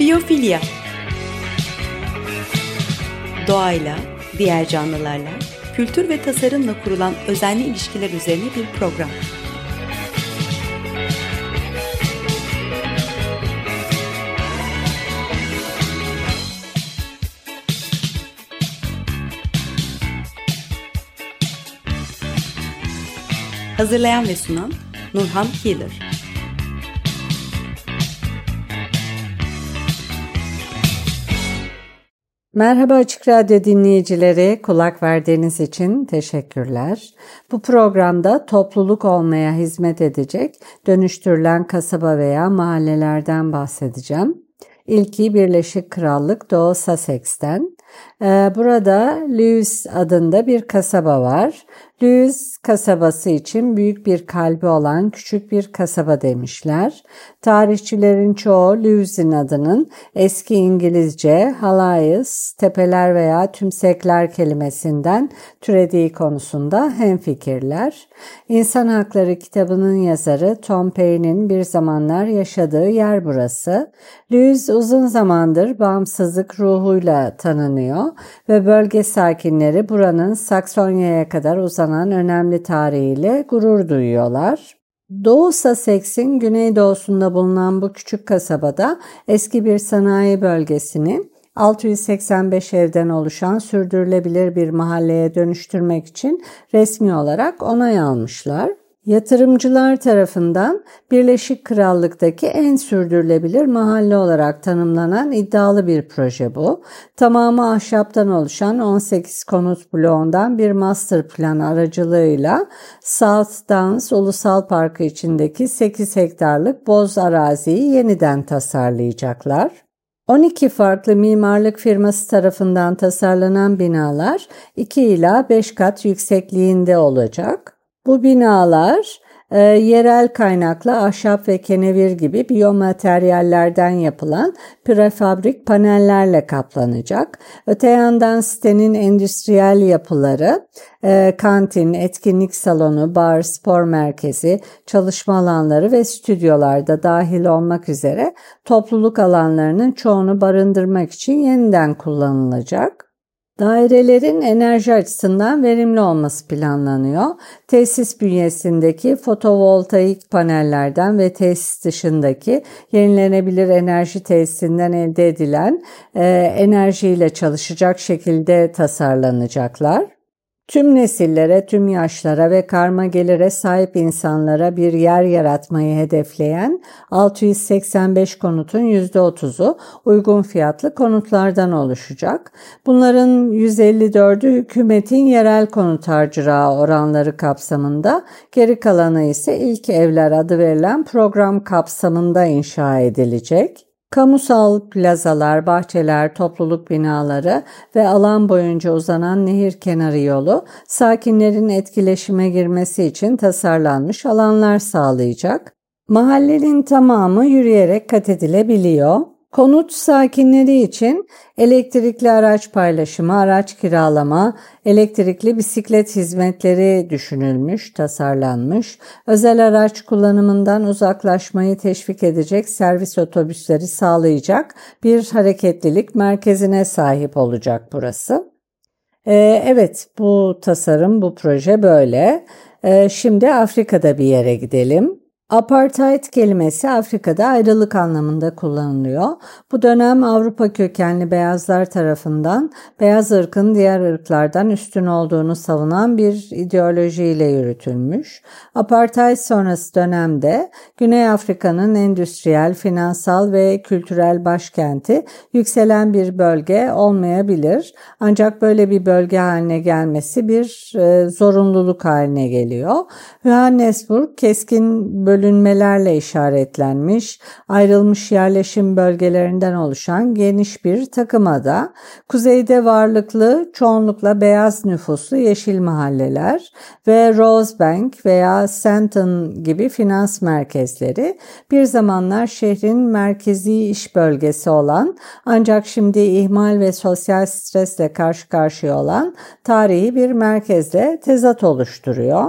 Biyofilya. Doğayla, diğer canlılarla, kültür ve tasarımla kurulan özenli ilişkiler üzerine bir program. Hazırlayan ve sunan Nurhan Keeler. Merhaba Açık Radyo dinleyicileri, kulak verdiğiniz için teşekkürler. Bu programda topluluk olmaya hizmet edecek dönüştürülen kasaba veya mahallelerden bahsedeceğim. İlki Birleşik Krallık Doğu Sussex'ten. Burada Lewes adında bir kasaba var. Lewes kasabası için büyük bir kalbi olan küçük bir kasaba demişler. Tarihçilerin çoğu Lewes'in adının eski İngilizce Highlands, tepeler veya tümsekler kelimesinden türediği konusunda hemfikirler. İnsan Hakları kitabının yazarı Tom Paine'in bir zamanlar yaşadığı yer burası. Lewes uzun zamandır bağımsızlık ruhuyla tanınıyor ve bölge sakinleri buranın Saksonya'ya kadar uzanan önemli tarihiyle gurur duyuyorlar. Doğu Sussex'in güneydoğusunda bulunan bu küçük kasabada eski bir sanayi bölgesini 685 evden oluşan sürdürülebilir bir mahalleye dönüştürmek için resmi olarak onay almışlar. Yatırımcılar tarafından Birleşik Krallık'taki en sürdürülebilir mahalle olarak tanımlanan iddialı bir proje bu. Tamamı ahşaptan oluşan 18 konut bloğundan bir master plan aracılığıyla South Downs Ulusal Parkı içindeki 8 hektarlık boz araziyi yeniden tasarlayacaklar. 12 farklı mimarlık firması tarafından tasarlanan binalar 2 ila 5 kat yüksekliğinde olacak. Bu binalar yerel kaynaklı ahşap ve kenevir gibi biyomateryallerden yapılan prefabrik panellerle kaplanacak. Öte yandan sitenin endüstriyel yapıları, kantin, etkinlik salonu, bar, spor merkezi, çalışma alanları ve stüdyolar da dahil olmak üzere topluluk alanlarının çoğunu barındırmak için yeniden kullanılacak. Dairelerin enerji açısından verimli olması planlanıyor. Tesis bünyesindeki fotovoltaik panellerden ve tesis dışındaki yenilenebilir enerji tesisinden elde edilen enerjiyle çalışacak şekilde tasarlanacaklar. Tüm nesillere, tüm yaşlara ve karma gelire sahip insanlara bir yer yaratmayı hedefleyen 685 konutun %30'u uygun fiyatlı konutlardan oluşacak. Bunların 154'ü hükümetin yerel konut harcırahı oranları kapsamında, geri kalanı ise ilk evler adı verilen program kapsamında inşa edilecek. Kamusal plazalar, bahçeler, topluluk binaları ve alan boyunca uzanan nehir kenarı yolu sakinlerin etkileşime girmesi için tasarlanmış alanlar sağlayacak. Mahallenin tamamı yürüyerek kat edilebiliyor. Konut sakinleri için elektrikli araç paylaşımı, araç kiralama, elektrikli bisiklet hizmetleri düşünülmüş, tasarlanmış. Özel araç kullanımından uzaklaşmayı teşvik edecek servis otobüsleri sağlayacak bir hareketlilik merkezine sahip olacak burası. Evet, bu tasarım, bu proje böyle. Şimdi Afrika'da bir yere gidelim. Apartheid kelimesi Afrika'da ayrılık anlamında kullanılıyor. Bu dönem Avrupa kökenli beyazlar tarafından beyaz ırkın diğer ırklardan üstün olduğunu savunan bir ideolojiyle yürütülmüş. Apartheid sonrası dönemde Güney Afrika'nın endüstriyel, finansal ve kültürel başkenti yükselen bir bölge olmayabilir. Ancak böyle bir bölge haline gelmesi bir zorunluluk haline geliyor. Johannesburg keskin bölünmelerle işaretlenmiş, ayrılmış yerleşim bölgelerinden oluşan geniş bir takımada, kuzeyde varlıklı, çoğunlukla beyaz nüfuslu yeşil mahalleler ve Rosebank veya Sandton gibi finans merkezleri, bir zamanlar şehrin merkezi iş bölgesi olan ancak şimdi ihmal ve sosyal stresle karşı karşıya olan tarihi bir merkezle tezat oluşturuyor.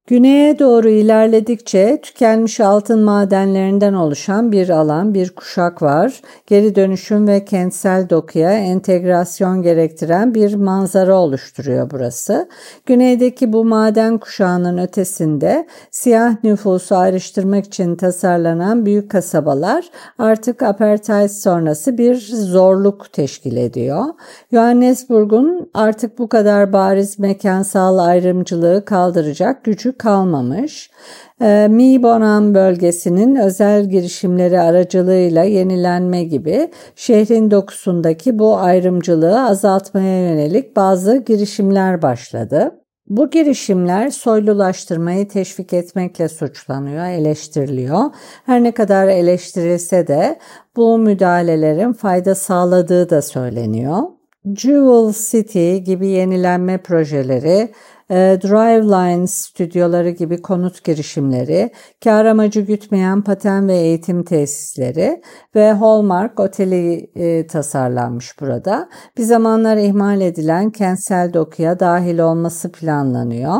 Güneye doğru ilerledikçe tükenmiş altın madenlerinden oluşan bir alan, bir kuşak var. Geri dönüşüm ve kentsel dokuya entegrasyon gerektiren bir manzara oluşturuyor burası. Güneydeki bu maden kuşağının ötesinde siyah nüfusu ayrıştırmak için tasarlanan büyük kasabalar artık apartheid sonrası bir zorluk teşkil ediyor. Johannesburg'un artık bu kadar bariz mekansal ayrımcılığı kaldıracak gücü kalmamış. Mibonan bölgesinin özel girişimleri aracılığıyla yenilenme gibi şehrin dokusundaki bu ayrımcılığı azaltmaya yönelik bazı girişimler başladı. Bu girişimler soylulaştırmayı teşvik etmekle suçlanıyor, eleştiriliyor. Her ne kadar eleştirilse de bu müdahalelerin fayda sağladığı da söyleniyor. Jewel City gibi yenilenme projeleri, Driveline stüdyoları gibi konut girişimleri, kar amacı gütmeyen paten ve eğitim tesisleri ve Hallmark Oteli tasarlanmış burada. Bir zamanlar ihmal edilen kentsel dokuya dahil olması planlanıyor.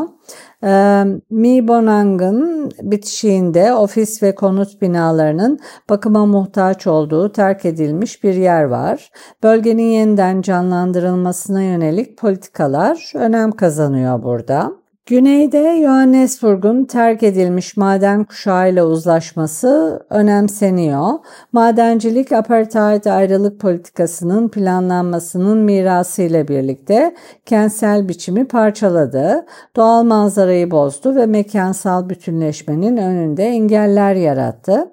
Mbonang'ın bitişiğinde ofis ve konut binalarının bakıma muhtaç olduğu terk edilmiş bir yer var. Bölgenin yeniden canlandırılmasına yönelik politikalar önem kazanıyor burada. Güneyde Johannesburg'un terk edilmiş maden kuşağıyla uzlaşması önemseniyor. Madencilik apartheid ayrılık politikasının planlanmasının mirasıyla birlikte kentsel biçimi parçaladı, doğal manzarayı bozdu ve mekansal bütünleşmenin önünde engeller yarattı.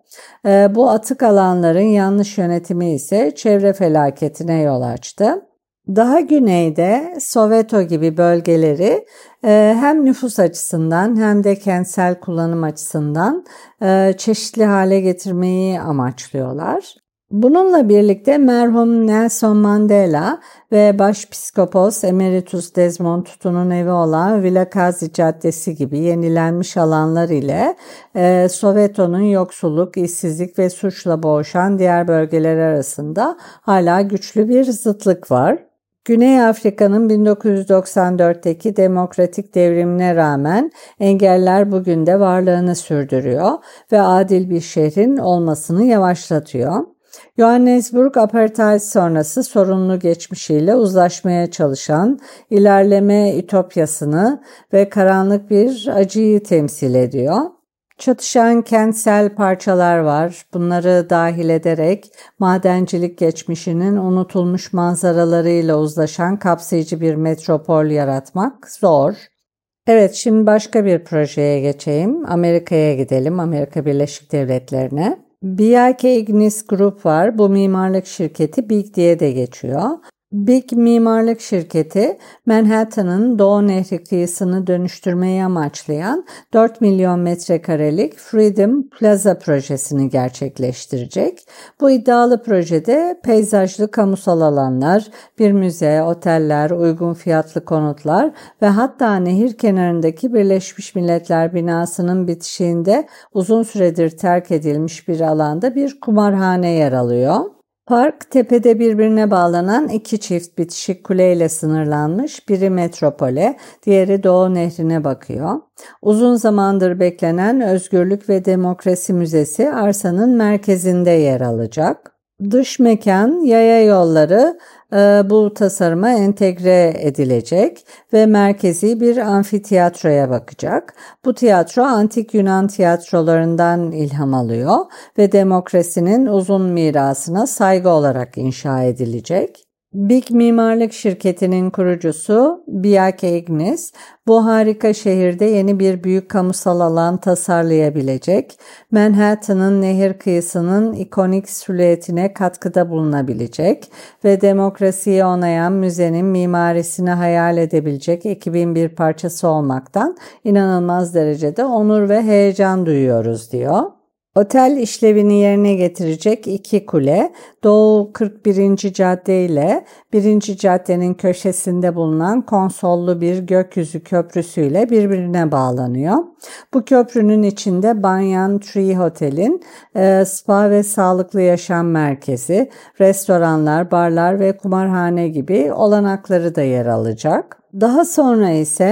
Bu atık alanların yanlış yönetimi ise çevre felaketine yol açtı. Daha güneyde Soweto gibi bölgeleri hem nüfus açısından hem de kentsel kullanım açısından çeşitli hale getirmeyi amaçlıyorlar. Bununla birlikte merhum Nelson Mandela ve Başpiskopos Emeritus Desmond Tutu'nun evi olan Vilakazi Caddesi gibi yenilenmiş alanlar ile Soweto'nun yoksulluk, işsizlik ve suçla boğuşan diğer bölgeler arasında hala güçlü bir zıtlık var. Güney Afrika'nın 1994'teki demokratik devrimine rağmen engeller bugün de varlığını sürdürüyor ve adil bir şehrin olmasını yavaşlatıyor. Johannesburg apartheid sonrası sorunlu geçmişiyle uzlaşmaya çalışan ilerleme ütopyasını ve karanlık bir acıyı temsil ediyor. Çatışan kentsel parçalar var. Bunları dahil ederek madencilik geçmişinin unutulmuş manzaralarıyla uzlaşan kapsayıcı bir metropol yaratmak zor. Evet, şimdi başka bir projeye geçeyim. Amerika'ya gidelim, Amerika Birleşik Devletleri'ne. BIK Ignis Group var. Bu mimarlık şirketi BIG diye de geçiyor. BIG mimarlık şirketi Manhattan'ın Doğu Nehri kıyısını dönüştürmeyi amaçlayan 4 milyon metrekarelik Freedom Plaza projesini gerçekleştirecek. Bu iddialı projede peyzajlı kamusal alanlar, bir müze, oteller, uygun fiyatlı konutlar ve hatta nehir kenarındaki Birleşmiş Milletler binasının bitişiğinde uzun süredir terk edilmiş bir alanda bir kumarhane yer alıyor. Park, tepede birbirine bağlanan iki çift bitişik kuleyle sınırlanmış, biri metropole, diğeri Doğu Nehri'ne bakıyor. Uzun zamandır beklenen Özgürlük ve Demokrasi Müzesi arsanın merkezinde yer alacak. Dış mekan, yaya yolları bu tasarıma entegre edilecek ve merkezi bir amfiteyatroya bakacak. Bu tiyatro antik Yunan tiyatrolarından ilham alıyor ve demokrasinin uzun mirasına saygı olarak inşa edilecek. BIG mimarlık şirketinin kurucusu BIK Ignis, bu harika şehirde yeni bir büyük kamusal alan tasarlayabilecek, Manhattan'ın nehir kıyısının ikonik silüetine katkıda bulunabilecek ve demokrasiyi onayan müzenin mimarisini hayal edebilecek ekibin bir parçası olmaktan inanılmaz derecede onur ve heyecan duyuyoruz diyor. Otel işlevini yerine getirecek iki kule, Doğu 41. Cadde ile 1. Caddenin köşesinde bulunan konsollu bir gökyüzü köprüsüyle birbirine bağlanıyor. Bu köprünün içinde Banyan Tree Hotel'in spa ve sağlıklı yaşam merkezi, restoranlar, barlar ve kumarhane gibi olanakları da yer alacak. Daha sonra ise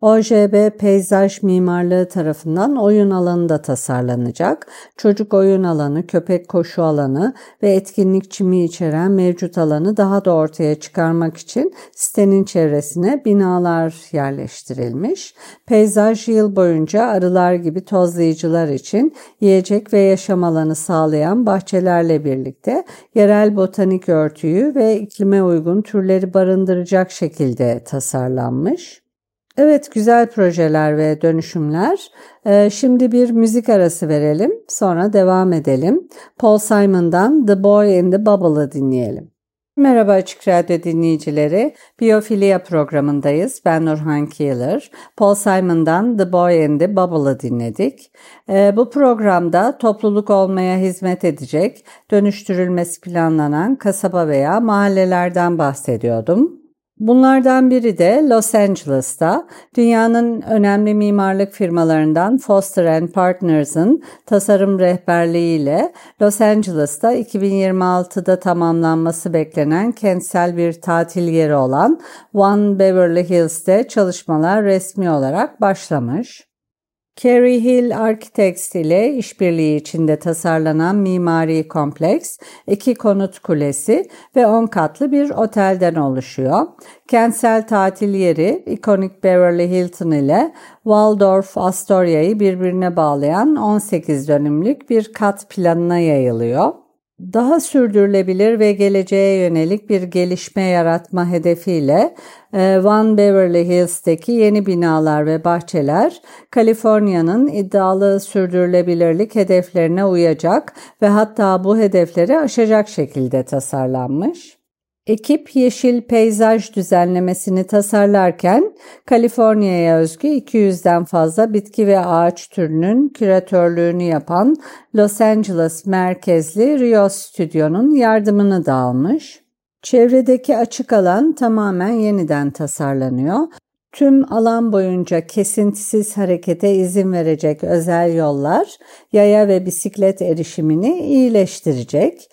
OJB Peyzaj Mimarlığı tarafından oyun alanı da tasarlanacak. Çocuk oyun alanı, köpek koşu alanı ve etkinlik çimi içeren mevcut alanı daha da ortaya çıkarmak için sitenin çevresine binalar yerleştirilmiş. Peyzaj yıl boyunca arılar gibi tozlayıcılar için yiyecek ve yaşam alanı sağlayan bahçelerle birlikte yerel botanik örtüyü ve iklime uygun türleri barındıracak şekilde tasarlanmış. Evet, güzel projeler ve dönüşümler. Şimdi bir müzik arası verelim, sonra devam edelim. Paul Simon'dan The Boy in the Bubble'ı dinleyelim. Merhaba Açık Radyo dinleyicileri, Biyofilya programındayız. Ben Nurhan Keeler. Paul Simon'dan The Boy in the Bubble'ı dinledik. Bu programda topluluk olmaya hizmet edecek, dönüştürülmesi planlanan kasaba veya mahallelerden bahsediyordum. Bunlardan biri de Los Angeles'ta dünyanın önemli mimarlık firmalarından Foster & Partners'ın tasarım rehberliğiyle Los Angeles'ta 2026'da tamamlanması beklenen kentsel bir tatil yeri olan One Beverly Hills'te çalışmalar resmi olarak başlamış. Carey Hill Architects ile işbirliği içinde tasarlanan mimari kompleks, 2 konut kulesi ve 10 katlı bir otelden oluşuyor. Kentsel tatil yeri, ikonik Beverly Hilton ile Waldorf Astoria'yı birbirine bağlayan 18 dönümlük bir kat planına yayılıyor. Daha sürdürülebilir ve geleceğe yönelik bir gelişme yaratma hedefiyle One Beverly Hills'teki yeni binalar ve bahçeler Kaliforniya'nın iddialı sürdürülebilirlik hedeflerine uyacak ve hatta bu hedefleri aşacak şekilde tasarlanmış. Ekip yeşil peyzaj düzenlemesini tasarlarken Kaliforniya'ya özgü 200'den fazla bitki ve ağaç türünün küratörlüğünü yapan Los Angeles merkezli Rio Stüdyo'nun yardımını da almış. Çevredeki açık alan tamamen yeniden tasarlanıyor. Tüm alan boyunca kesintisiz harekete izin verecek özel yollar, yaya ve bisiklet erişimini iyileştirecek.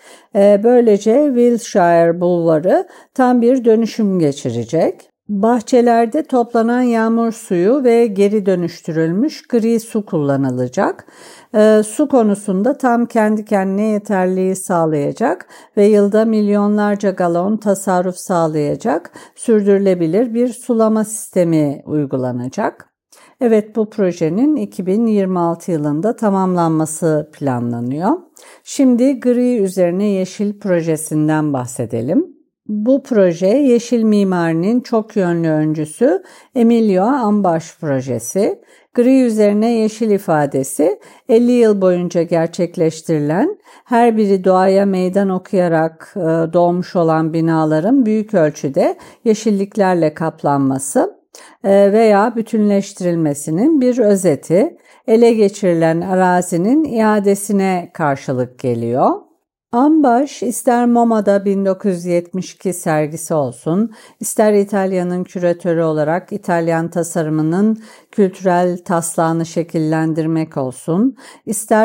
Böylece Wilshire Bulvarı tam bir dönüşüm geçirecek. Bahçelerde toplanan yağmur suyu ve geri dönüştürülmüş gri su kullanılacak. Su konusunda tam kendi kendine yeterliği sağlayacak ve yılda milyonlarca galon tasarruf sağlayacak sürdürülebilir bir sulama sistemi uygulanacak. Evet, bu projenin 2026 yılında tamamlanması planlanıyor. Şimdi gri üzerine yeşil projesinden bahsedelim. Bu proje yeşil mimarinin çok yönlü öncüsü Emilio Ambaş projesi. Gri üzerine yeşil ifadesi 50 yıl boyunca gerçekleştirilen, her biri doğaya meydan okuyarak doğmuş olan binaların büyük ölçüde yeşilliklerle kaplanması veya bütünleştirilmesinin bir özeti, ele geçirilen arazinin iadesine karşılık geliyor. Ambaş ister MoMA'da 1972 sergisi olsun, ister İtalya'nın küratörü olarak İtalyan tasarımının kültürel taslağını şekillendirmek olsun, ister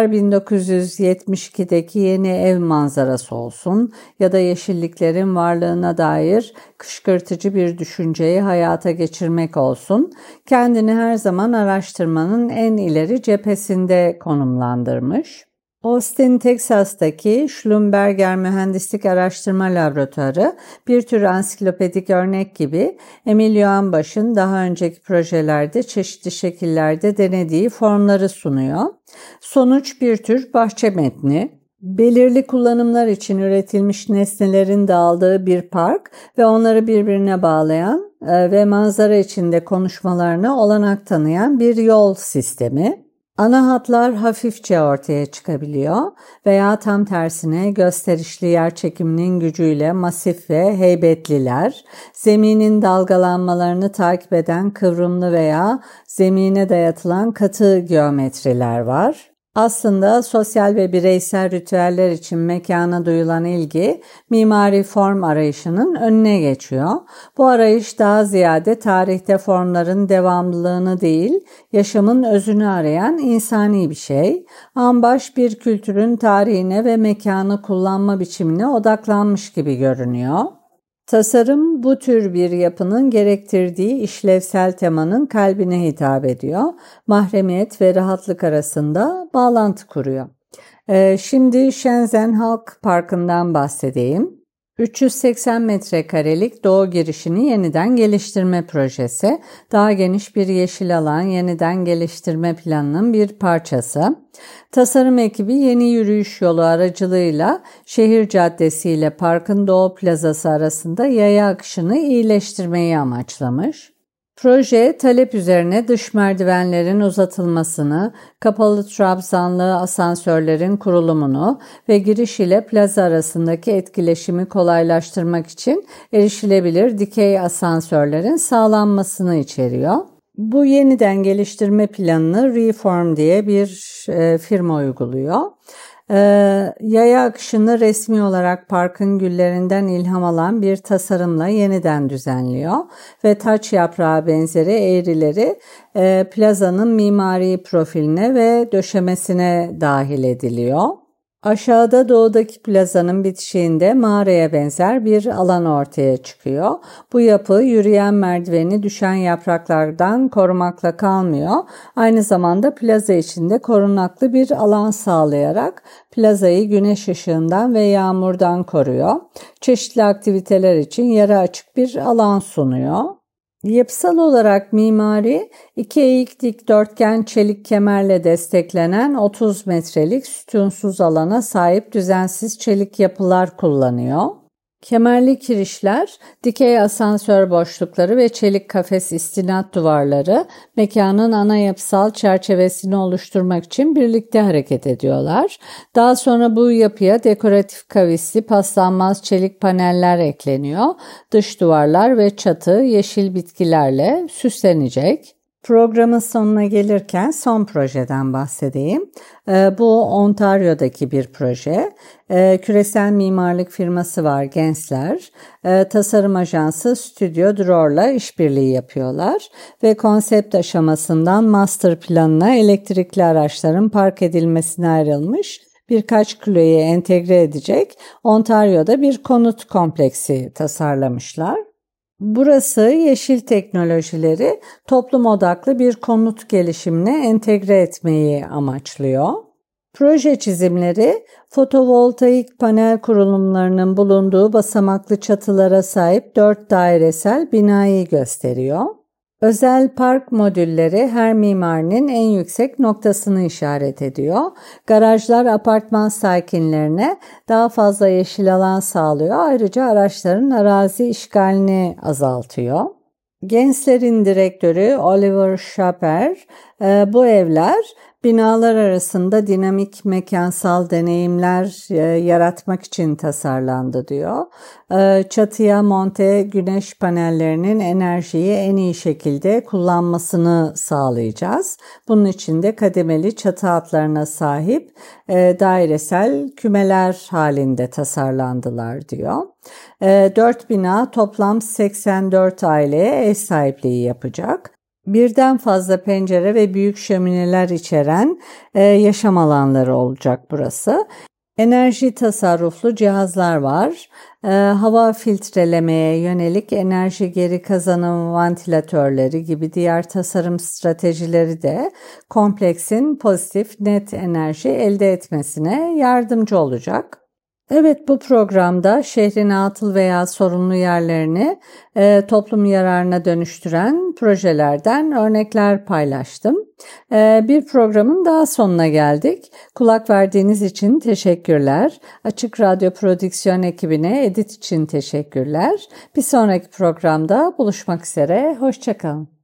1972'deki yeni ev manzarası olsun ya da yeşilliklerin varlığına dair kışkırtıcı bir düşünceyi hayata geçirmek olsun, kendini her zaman araştırmanın en ileri cephesinde konumlandırmış. Austin, Texas'taki Schlumberger Mühendislik Araştırma Laboratuvarı bir tür ansiklopedik örnek gibi Emilio Ambaş'ın daha önceki projelerde çeşitli şekillerde denediği formları sunuyor. Sonuç bir tür bahçe metni. Belirli kullanımlar için üretilmiş nesnelerin dağıldığı bir park ve onları birbirine bağlayan ve manzara içinde konuşmalarına olanak tanıyan bir yol sistemi. Ana hatlar hafifçe ortaya çıkabiliyor veya tam tersine gösterişli yer çekiminin gücüyle masif ve heybetliler, zeminin dalgalanmalarını takip eden kıvrımlı veya zemine dayatılan katı geometriler var. Aslında sosyal ve bireysel ritüeller için mekana duyulan ilgi mimari form arayışının önüne geçiyor. Bu arayış daha ziyade tarihte formların devamlılığını değil, yaşamın özünü arayan insani bir şey. Ambaş bir kültürün tarihine ve mekanı kullanma biçimine odaklanmış gibi görünüyor. Tasarım bu tür bir yapının gerektirdiği işlevsel temanın kalbine hitap ediyor. Mahremiyet ve rahatlık arasında bağlantı kuruyor. Şimdi Shenzhen Halk Parkı'ndan bahsedeyim. 380 metrekarelik doğu girişini yeniden geliştirme projesi, daha geniş bir yeşil alan yeniden geliştirme planının bir parçası. Tasarım ekibi yeni yürüyüş yolu aracılığıyla şehir caddesi ile parkın doğu plazası arasında yaya akışını iyileştirmeyi amaçlamış. Proje, talep üzerine dış merdivenlerin uzatılmasını, kapalı trabzanlı asansörlerin kurulumunu ve giriş ile plaza arasındaki etkileşimi kolaylaştırmak için erişilebilir dikey asansörlerin sağlanmasını içeriyor. Bu yeniden geliştirme planını Reform diye bir firma uyguluyor. Yaya akışını resmi olarak parkın güllerinden ilham alan bir tasarımla yeniden düzenliyor ve taç yaprağı benzeri eğrileri plazanın mimari profiline ve döşemesine dahil ediliyor. Aşağıda doğudaki plazanın bitişiğinde mağaraya benzer bir alan ortaya çıkıyor. Bu yapı yürüyen merdiveni düşen yapraklardan korumakla kalmıyor. Aynı zamanda plaza içinde korunaklı bir alan sağlayarak plazayı güneş ışığından ve yağmurdan koruyor. Çeşitli aktiviteler için yarı açık bir alan sunuyor. Yapısal olarak mimari, iki eğik dikdörtgen çelik kemerle desteklenen 30 metrelik sütunsuz alana sahip düzensiz çelik yapılar kullanıyor. Kemerli kirişler, dikey asansör boşlukları ve çelik kafes istinat duvarları mekanın ana yapısal çerçevesini oluşturmak için birlikte hareket ediyorlar. Daha sonra bu yapıya dekoratif kavisli paslanmaz çelik paneller ekleniyor. Dış duvarlar ve çatı yeşil bitkilerle süslenecek. Programın sonuna gelirken son projeden bahsedeyim. Bu Ontario'daki bir proje. Küresel mimarlık firması var Gensler. Tasarım ajansı Studio Dror'la işbirliği yapıyorlar ve konsept aşamasından master planına elektrikli araçların park edilmesine ayrılmış birkaç kuleyi entegre edecek Ontario'da bir konut kompleksi tasarlamışlar. Burası yeşil teknolojileri toplum odaklı bir konut gelişimine entegre etmeyi amaçlıyor. Proje çizimleri fotovoltaik panel kurulumlarının bulunduğu basamaklı çatılara sahip 4 dairesel binayı gösteriyor. Özel park modülleri her mimarinin en yüksek noktasını işaret ediyor. Garajlar apartman sakinlerine daha fazla yeşil alan sağlıyor. Ayrıca araçların arazi işgalini azaltıyor. Gensler'in direktörü Oliver Schaper, bu evler binalar arasında dinamik mekansal deneyimler yaratmak için tasarlandı diyor. Çatıya monte güneş panellerinin enerjiyi en iyi şekilde kullanmasını sağlayacağız. Bunun için de kademeli çatı hatlarına sahip dairesel kümeler halinde tasarlandılar diyor. 4 bina toplam 84 aileye ev sahipliği yapacak. Birden fazla pencere ve büyük şömineler içeren yaşam alanları olacak burası. Enerji tasarruflu cihazlar var. Hava filtrelemeye yönelik enerji geri kazanım vantilatörleri gibi diğer tasarım stratejileri de kompleksin pozitif net enerji elde etmesine yardımcı olacak. Evet, bu programda şehrin atıl veya sorunlu yerlerini toplum yararına dönüştüren projelerden örnekler paylaştım. Bir programın daha sonuna geldik. Kulak verdiğiniz için teşekkürler. Açık Radyo Prodüksiyon ekibine edit için teşekkürler. Bir sonraki programda buluşmak üzere. Hoşça kalın.